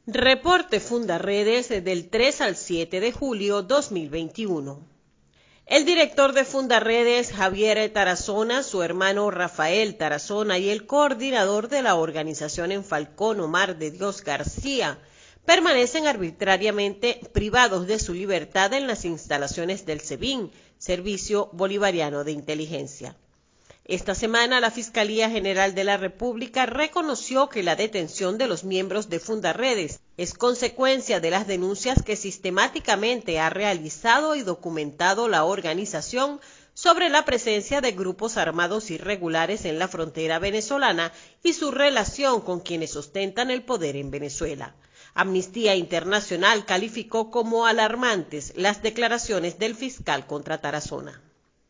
Reporte Fundarredes del 3 al 7 de julio 2021. El director de Fundarredes, Javier Tarazona, su hermano Rafael Tarazona y el coordinador de la organización en Falcón, Omar de Dios García, permanecen arbitrariamente privados de su libertad en las instalaciones del SEBIN, Servicio Bolivariano de Inteligencia. Esta semana, la Fiscalía General de la República reconoció que la detención de los miembros de Fundarredes es consecuencia de las denuncias que sistemáticamente ha realizado y documentado la organización sobre la presencia de grupos armados irregulares en la frontera venezolana y su relación con quienes ostentan el poder en Venezuela. Amnistía Internacional calificó como alarmantes las declaraciones del fiscal contra Tarazona.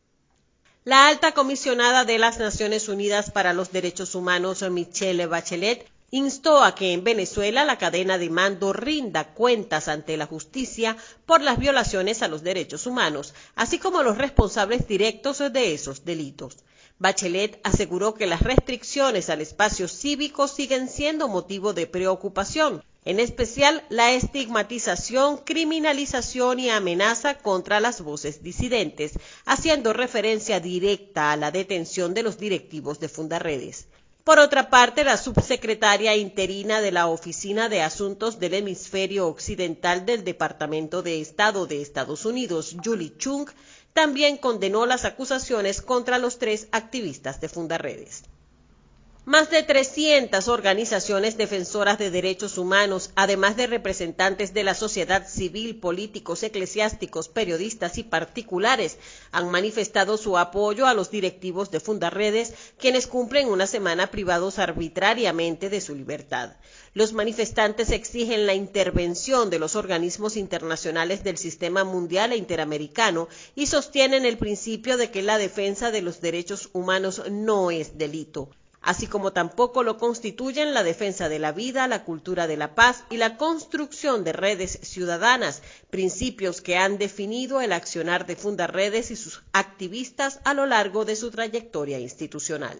La alta comisionada de las Naciones Unidas para los Derechos Humanos, Michelle Bachelet, instó a que en Venezuela la cadena de mando rinda cuentas ante la justicia por las violaciones a los derechos humanos, así como los responsables directos de esos delitos. Bachelet aseguró que las restricciones al espacio cívico siguen siendo motivo de preocupación, en especial la estigmatización, criminalización y amenaza contra las voces disidentes, haciendo referencia directa a la detención de los directivos de Fundarredes. Por otra parte, la subsecretaria interina de la Oficina de Asuntos del Hemisferio Occidental del Departamento de Estado de Estados Unidos, Julie Chung, también condenó las acusaciones contra los 3 activistas de Fundarredes. Más de 300 organizaciones defensoras de derechos humanos, además de representantes de la sociedad civil, políticos, eclesiásticos, periodistas y particulares, han manifestado su apoyo a los directivos de Fundarredes, quienes cumplen una semana privados arbitrariamente de su libertad. Los manifestantes exigen la intervención de los organismos internacionales del sistema mundial e interamericano y sostienen el principio de que la defensa de los derechos humanos no es delito, así como tampoco lo constituyen la defensa de la vida, la cultura de la paz y la construcción de redes ciudadanas, principios que han definido el accionar de Fundarredes y sus activistas a lo largo de su trayectoria institucional.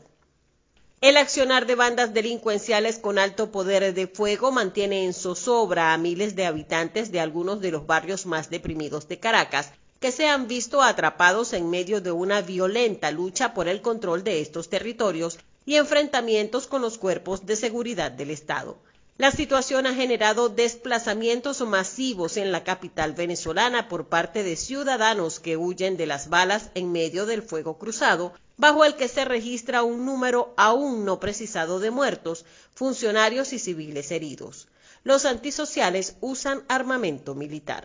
El accionar de bandas delincuenciales con alto poder de fuego mantiene en zozobra a miles de habitantes de algunos de los barrios más deprimidos de Caracas, que se han visto atrapados en medio de una violenta lucha por el control de estos territorios y enfrentamientos con los cuerpos de seguridad del Estado. La situación ha generado desplazamientos masivos en la capital venezolana por parte de ciudadanos que huyen de las balas en medio del fuego cruzado, bajo el que se registra un número aún no precisado de muertos, funcionarios y civiles heridos. Los antisociales usan armamento militar.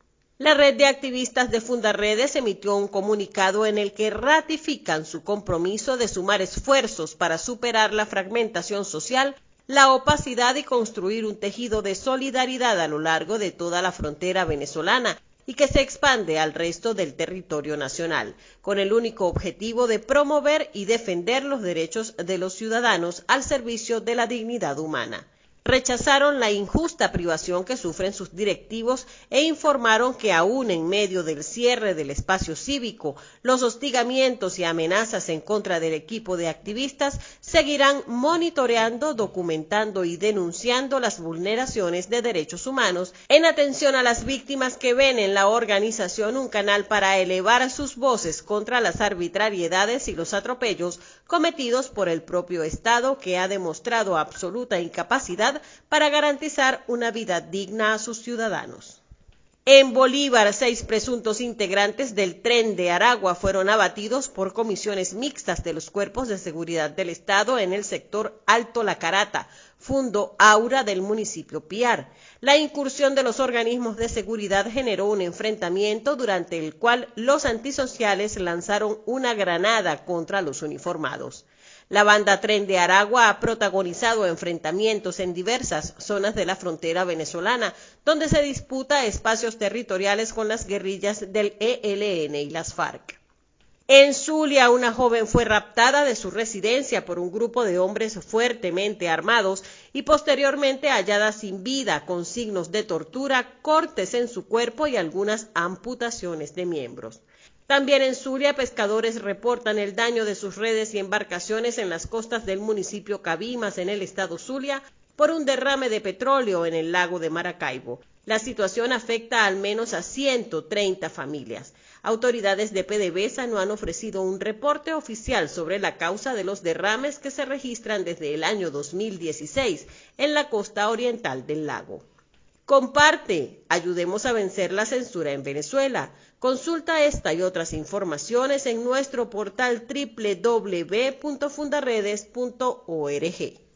La red de activistas de Fundarredes emitió un comunicado en el que ratifican su compromiso de sumar esfuerzos para superar la fragmentación social, la opacidad y construir un tejido de solidaridad a lo largo de toda la frontera venezolana y que se expande al resto del territorio nacional, con el único objetivo de promover y defender los derechos de los ciudadanos al servicio de la dignidad humana. Rechazaron la injusta privación que sufren sus directivos e informaron que aún en medio del cierre del espacio cívico, los hostigamientos y amenazas en contra del equipo de activistas seguirán monitoreando, documentando y denunciando las vulneraciones de derechos humanos en atención a las víctimas que ven en la organización un canal para elevar sus voces contra las arbitrariedades y los atropellos cometidos por el propio Estado, que ha demostrado absoluta incapacidad para garantizar una vida digna a sus ciudadanos. En Bolívar, 6 presuntos integrantes del Tren de Aragua fueron abatidos por comisiones mixtas de los cuerpos de seguridad del Estado en el sector Alto La Carata, Fundo Aura del municipio Piar. La incursión de los organismos de seguridad generó un enfrentamiento durante el cual los antisociales lanzaron una granada contra los uniformados. La banda Tren de Aragua ha protagonizado enfrentamientos en diversas zonas de la frontera venezolana, donde se disputa espacios territoriales con las guerrillas del ELN y las FARC. En Zulia, una joven fue raptada de su residencia por un grupo de hombres fuertemente armados y posteriormente hallada sin vida, con signos de tortura, cortes en su cuerpo y algunas amputaciones de miembros. También en Zulia, pescadores reportan el daño de sus redes y embarcaciones en las costas del municipio Cabimas, en el estado Zulia, por un derrame de petróleo en el lago de Maracaibo. La situación afecta al menos a 130 familias. Autoridades de PDVSA no han ofrecido un reporte oficial sobre la causa de los derrames que se registran desde el año 2016 en la costa oriental del lago. Comparte, ayudemos a vencer la censura en Venezuela. Consulta esta y otras informaciones en nuestro portal www.fundaredes.org.